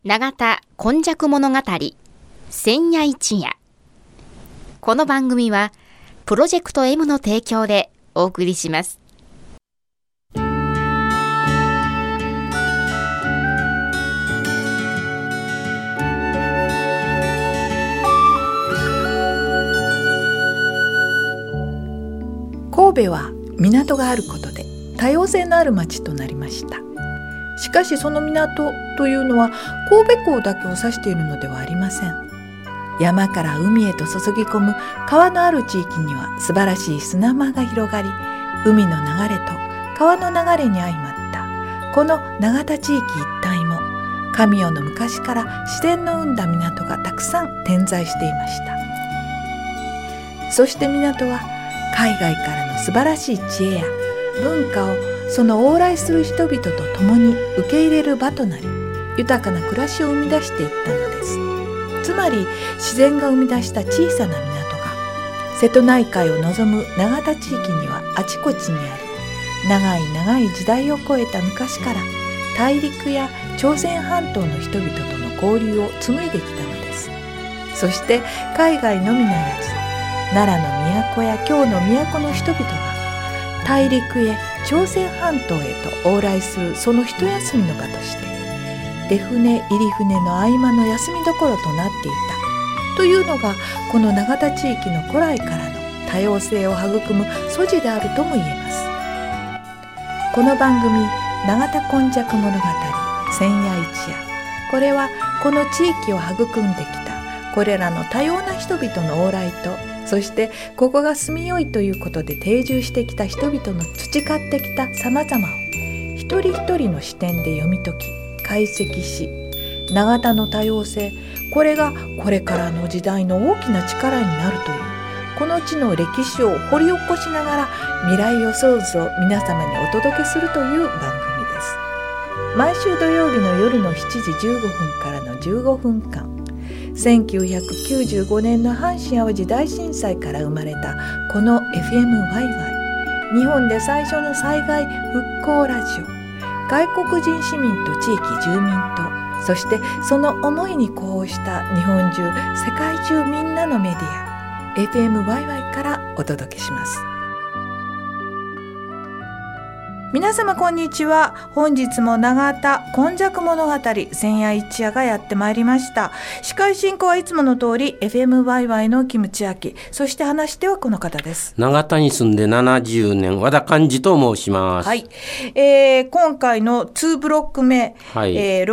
永田今昔物語千夜一夜。この番組はプロジェクト M の提供でお送りします。 神戸は港があることで多様性のある町となりました。しかしその港というのは神戸港だけを指しているのではありません。山から海へと注ぎ込む川のある地域には素晴らしい砂間が広がり、海の流れと川の流れに相まったこの永田地域一帯も神代の昔から自然の生んだ港がたくさん点在していました。そして港は海外からの素晴らしい知恵や文化をその往来する人々と共に受け入れる場となり、豊かな暮らしを生み出していったのです。つまり自然が生み出した小さな港が瀬戸内海を望む永田地域にはあちこちにあり、長い長い時代を超えた昔から大陸や朝鮮半島の人々との交流を紡いできたのです。そして海外のみならず奈良の都や京の都の人々が大陸へ朝鮮半島へと往来するその一休みの場として出船入り船の合間の休みどころとなっていたというのがこの永田地域の古来からの多様性を育む素地であるとも言えます。この番組永田今昔物語千夜一夜、これはこの地域を育んできたこれらの多様な人々の往来と、そしてここが住みよいということで定住してきた人々の培ってきた様々を一人一人の視点で読み解き解析し、永田の多様性、これがこれからの時代の大きな力になるというこの地の歴史を掘り起こしながら未来予想図を皆様にお届けするという番組です。毎週土曜日の夜の7時15分からの15分間、1995年の阪神・淡路大震災から生まれたこの FM-YY、 日本で最初の災害復興ラジオ、外国人市民と地域住民と、そしてその思いに呼応した日本中世界中みんなのメディア FM-YY からお届けします。皆様こんにちは。本日も永田今昔物語千夜一夜がやってまいりました。司会進行はいつもの通り FM-YY のキムチアキ、そして話してはこの方です。 永田に住んで70年和田寛治と申します。 はい、今回の2ブロック目、はい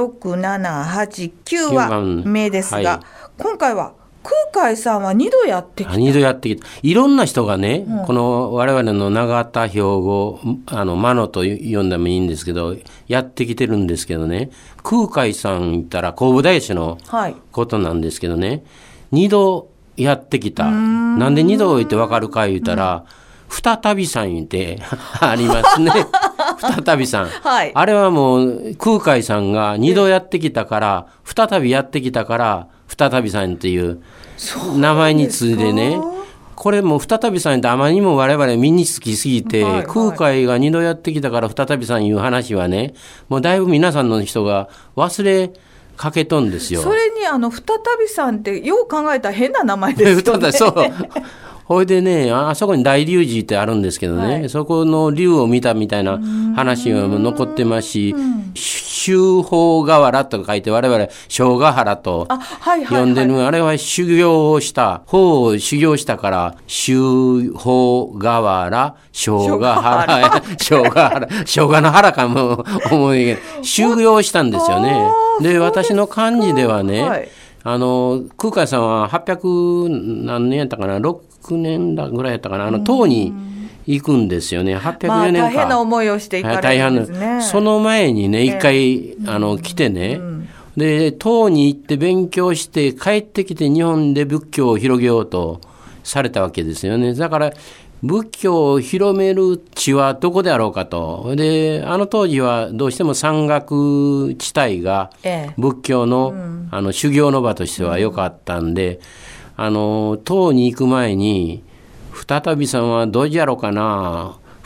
、6、7、8、9話目ですが、はい、今回は空海さんは2度やってきた。 2度やってきた。いろんな人がね、この我々の永田兵庫マノと呼んでもいいんですけど、やってきてるんですけどね、空海さん言ったら弘法大師のことなんですけどね、2度やってきた。なんで2度言って分かるか言ったら、再びさん言ってありますね。再びさん、はい、あれはもう空海さんが2度やってきたから、再びやってきたから再びさんっていう名前についてね、これも再びさんってあまりにも我々身につきすぎて、はいはい、空海が2度やってきたから再びさんいう話はね、もうだいぶ皆さんの人が忘れかけとんですよ。 それに再びさんってよう考えたら変な名前ですよね。 そうほいでね、あそこに大龍寺ってあるんですけどね、はい、そこの龍を見たみたいな話が残ってますし、修法河原と書いて我々小河原と呼んでる、あれは修行をした法を修行したから修法河原小河原小河の原かも思い修行したんですよね。で私の漢字ではね、はい、空海さんは800何年やったかな、6年だぐらいやったかな、唐に行くんですよね。804年か、 大変な思いをして行かれるんですね。 その前にね一回来てね、で唐に行って勉強して帰ってきて日本で仏教を広げようとされたわけですよね。だから仏教を広める地はどこであろうかと。で当時はどうしても山岳地帯が仏教の、修行の場としては良かったんで、唐に行く前に再びさんはどうじゃろうかな、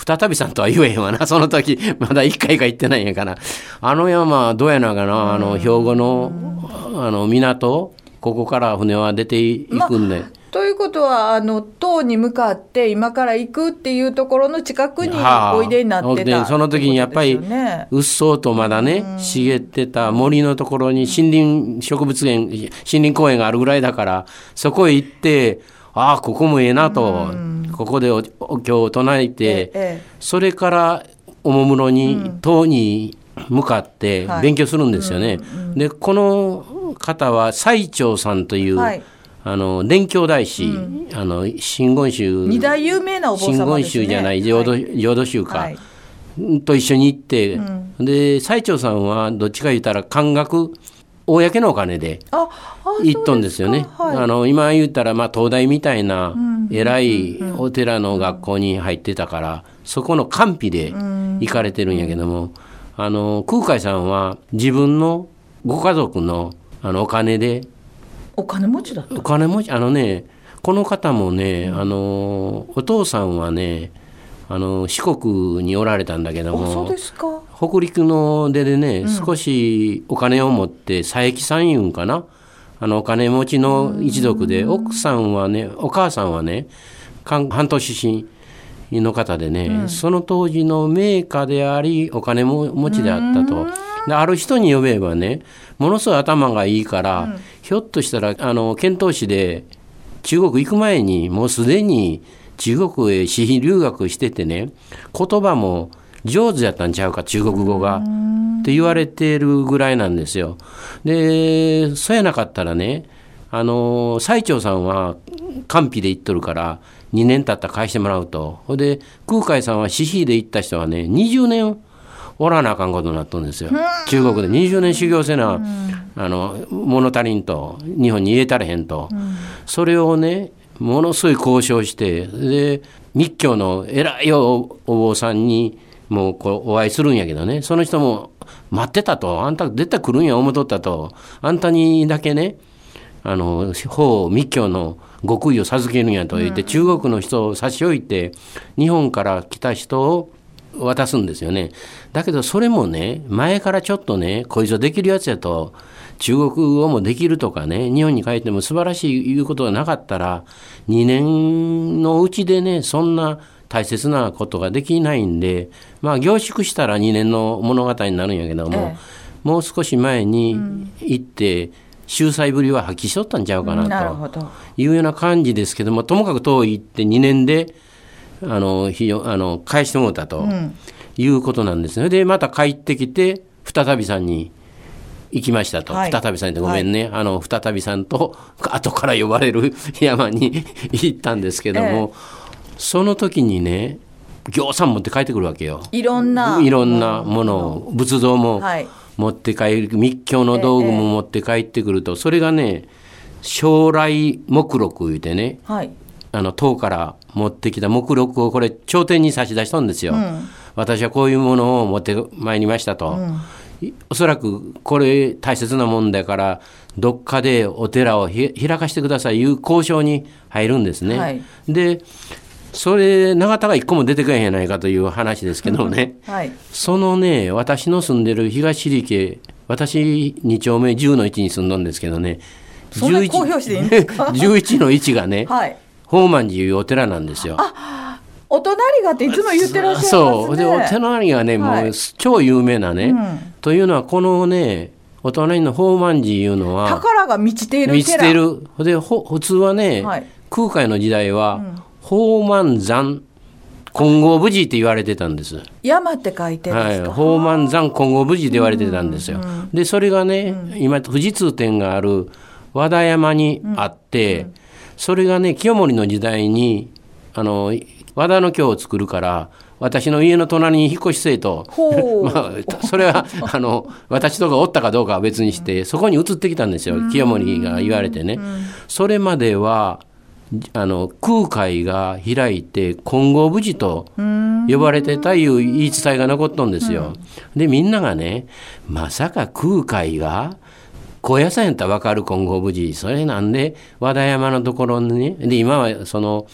再びさんとは言えへんわな。その時まだ1回か行ってないんやから。あの山どうやなかな、兵庫の港、ここから船は出ていくんで、 ということは島に向かって今から行くっていうところの近くにおいでになってた、 その時にやっぱりうっそうとまだね茂ってた森のところに森林植物園、森林公園があるぐらいだから、そこへ行って、ああここもええなと、ここでお経を唱えて、それからおもむろに島に向かって勉強するんですよね。でこの方は最澄さんという、伝教大師、真言宗、 二大有名なお坊様ですね。 真言宗じゃない、浄土宗か、と一緒に行って、で最澄さんはどっちか言ったら漢学、公のお金で行っとんですよね。今言ったら、東大みたいな偉いお寺の学校に入ってたから、そこの官費で行かれてるんやけども、空海さんは自分のご家族のお金で、 お金持ちだった。 お金持ち、この方もね、お父さんはね、四国におられたんだけども、 そうですか。 北陸の出でね、少しお金を持って佐伯さんいうんかな、お金持ちの一族で、奥さんはね、お母さんはね、半島出身の方でね、その当時の名家でありお金持ちであったと。である人に呼べばね、ものすごい頭がいいから、ひょっとしたら遣唐使で中国行く前にもうすでに中国へ私費留学しててね、言葉も上手やったんちゃうか、中国語がって言われてるぐらいなんですよ。でそうやなかったらね、最澄さんは官費で行っとるから2年経ったら返してもらうと。で空海さんは私費で行った人はね、20年おらなあかんことになったんですよ。中国で20年修行せな、物足りんと、日本に入れたれへんと、それをねものすごい交渉して、で密教の偉いお坊さんにもうお会いするんやけどね、その人も待ってたと、あんた絶対来るんや思っとったと、あんたにだけね密教の極意を授けるんやと言って、中国の人を差し置いて日本から来た人を渡すんですよね。だけどそれもね、前からちょっとね、こいつはできるやつやと、中国語もできるとかね、日本に帰っても素晴らしい言うことがなかったら2年のうちでね、そんな大切なことができないんで、凝縮したら2年の物語になるんやけども、もう少し前に行って、秀才ぶりは発揮しとったんちゃうかなというような感じですけども、ともかく遠いって2年で返してもらったということなんですね。でまた帰ってきて再びさんに行きましたと、再びさんってごめんね、再びさんと後から呼ばれる山に行ったんですけども、その時にね、ぎょうさん持って帰ってくるわけよ。 いろんなものを、仏像も持って帰る、密教の道具も持って帰ってくると、それがね、将来目録言うてね、唐から持ってきた目録をこれ朝廷に差し出したんですよ。私はこういうものを持ってまいりましたと。おそらくこれ大切なもんだからどっかでお寺を開かしてくださいいう交渉に入るんですね。でそれ永田が一個も出てけへんやないかという話ですけどね、そのね、私の住んでる東入家、私2丁目10の1に住んだんですけどね、 そんな公表していいんですか 11の1がね、宝満寺いうお寺なんですよ。 お隣がっていつも言ってらっしゃいますね。 そうで、お隣がね、もう超有名なね、というのはこのね、お隣の宝満寺いうのは宝が満ちている寺、 満ちているで、普通はね、空海の時代は、宝満山金剛無寺って言われてたんです。 山って書いてますか。 宝満山金剛無寺で言われてたんですよ。でそれがね、今富士通店がある和田山にあって、それがね、清盛の時代に和田の経を作るから私の家の隣に引っ越しせえとそれは私とかおったかどうかは別にして、そこに移ってきたんですよ、清盛が言われてね。それまでは空海が開いて金剛無寺と呼ばれてたいう言い伝えが残っとんですよ。でみんながね、まさか空海が高野山やったら分かる金剛無寺、それなんで和田山のところにね、で今はその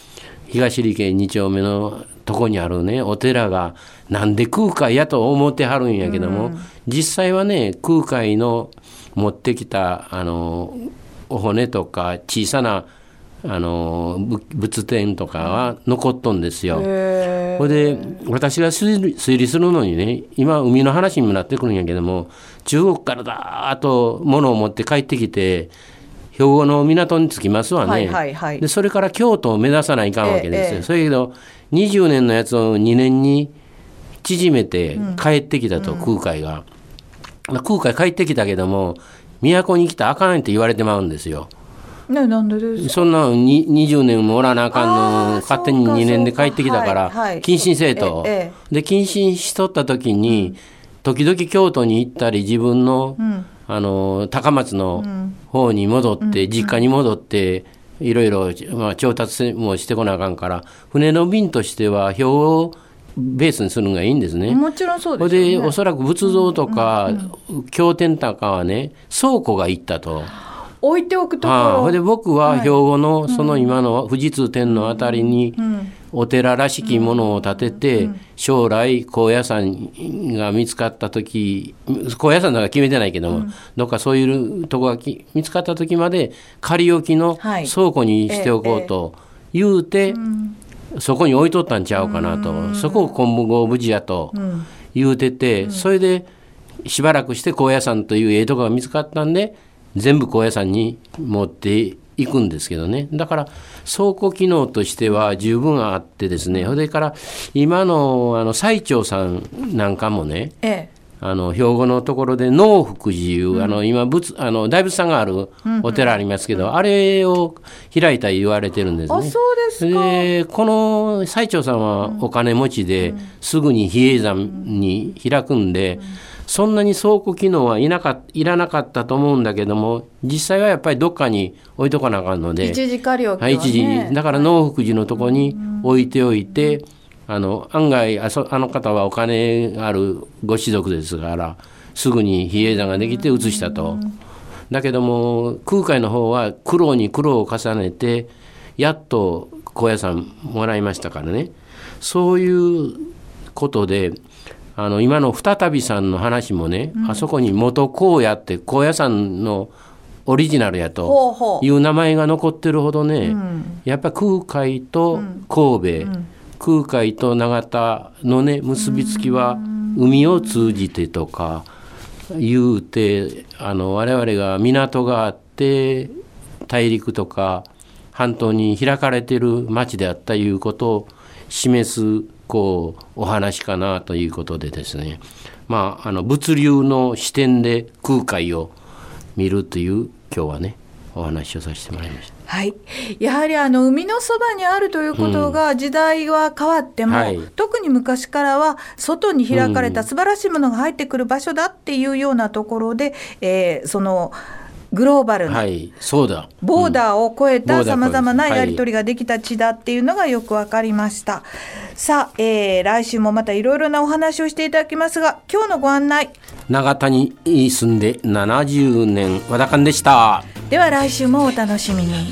東利家2丁目のとこにあるねお寺がなんで空海やと思ってはるんやけども、実際はね空海の持ってきたお骨とか小さな仏典とかは残っとんですよ。それで私が推理するのにね、今海の話にもなってくるんやけども、中国からだーっと物を持って帰ってきて兵庫の港に着きますわね、でそれから京都を目指さないかんわけですよ。それけど20年のやつを2年に縮めて帰ってきたと、空海が。空海帰ってきたけども都に来たらあかんって言われてまうんですよ。 なんでですか？ そんな20年もおらなあかんの勝手に2年で帰ってきたから謹慎せえと。で謹慎しとった時に時々京都に行ったり自分の、高松の方に戻って、実家に戻っていろいろ調達もしてこなあかんから船の便としては兵庫をベースにするのがいいんですね。 もちろんそうですよね。 でおそらく仏像とか、経典とかはね倉庫が行ったと。 置いておくところ。 で僕は兵庫のその今の富士通天のあたりにお寺らしきものを建てて、将来高野山が見つかった時、高野山なんか決めてないけども、どっかそういうとこが見つかった時まで仮置きの倉庫にしておこうと言うて、そこに置いとったんちゃうかなと、そこを金剛無事やと言うてて、それでしばらくして高野山というとこが見つかったんで全部高野山に持っていくんですけどね。だから倉庫機能としては十分あってですね。それから今の最澄さんなんかもね、兵庫のところで能福寺いう、今大仏さんがあるお寺ありますけど、あれを開いた言われてるんですね。 そうですか。 でこの最澄さんはお金持ちで、すぐに比叡山に開くんで、そんなに倉庫機能はいらなかったと思うんだけども、実際はやっぱりどっかに置いとかなあかんので、 一時仮置きはね、 一時だから能福寺のとこに置いておいて、案外あの方はお金があるご子族ですからすぐに比叡山ができて移したと。だけども空海の方は苦労に苦労を重ねてやっと高野山もらいましたからね。そういうことで今の再びさんの話もね、あそこに元高野って高野山のオリジナルやという名前が残ってるほどね、やっぱり空海と神戸、空海と長田のね結びつきは海を通じてとか言うて、我々が港があって大陸とか半島に開かれている町であったいうことを示すお話かなということでですね、物流の視点で空海を見るという今日はねお話をさせてもらいました。 はい、やはり海のそばにあるということが時代は変わっても、特に昔からは外に開かれた素晴らしいものが入ってくる場所だっていうようなところで、そのグローバルな、ボーダーを超えたさまざまなやり取りができた地だっていうのがよく分かりました。さあ、来週もまたいろいろなお話をしていただきますが、今日のご案内、 長田に住んで70年和田勘でした。 では来週もお楽しみに。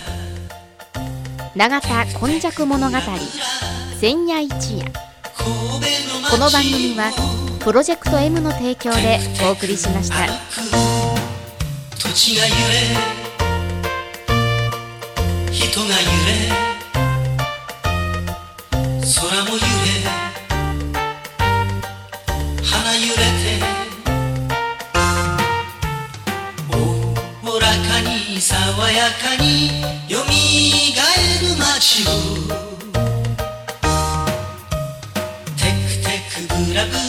長田今昔物語千夜一夜。この番組はプロジェクト M の提供でお送りしました。 土地が揺れ、人が揺れ、空も揺れ、花揺れて、おおらかに爽やかによみがえる街を、テクテクブラブラ、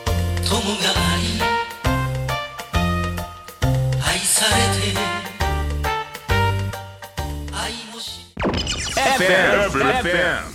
愛されて FM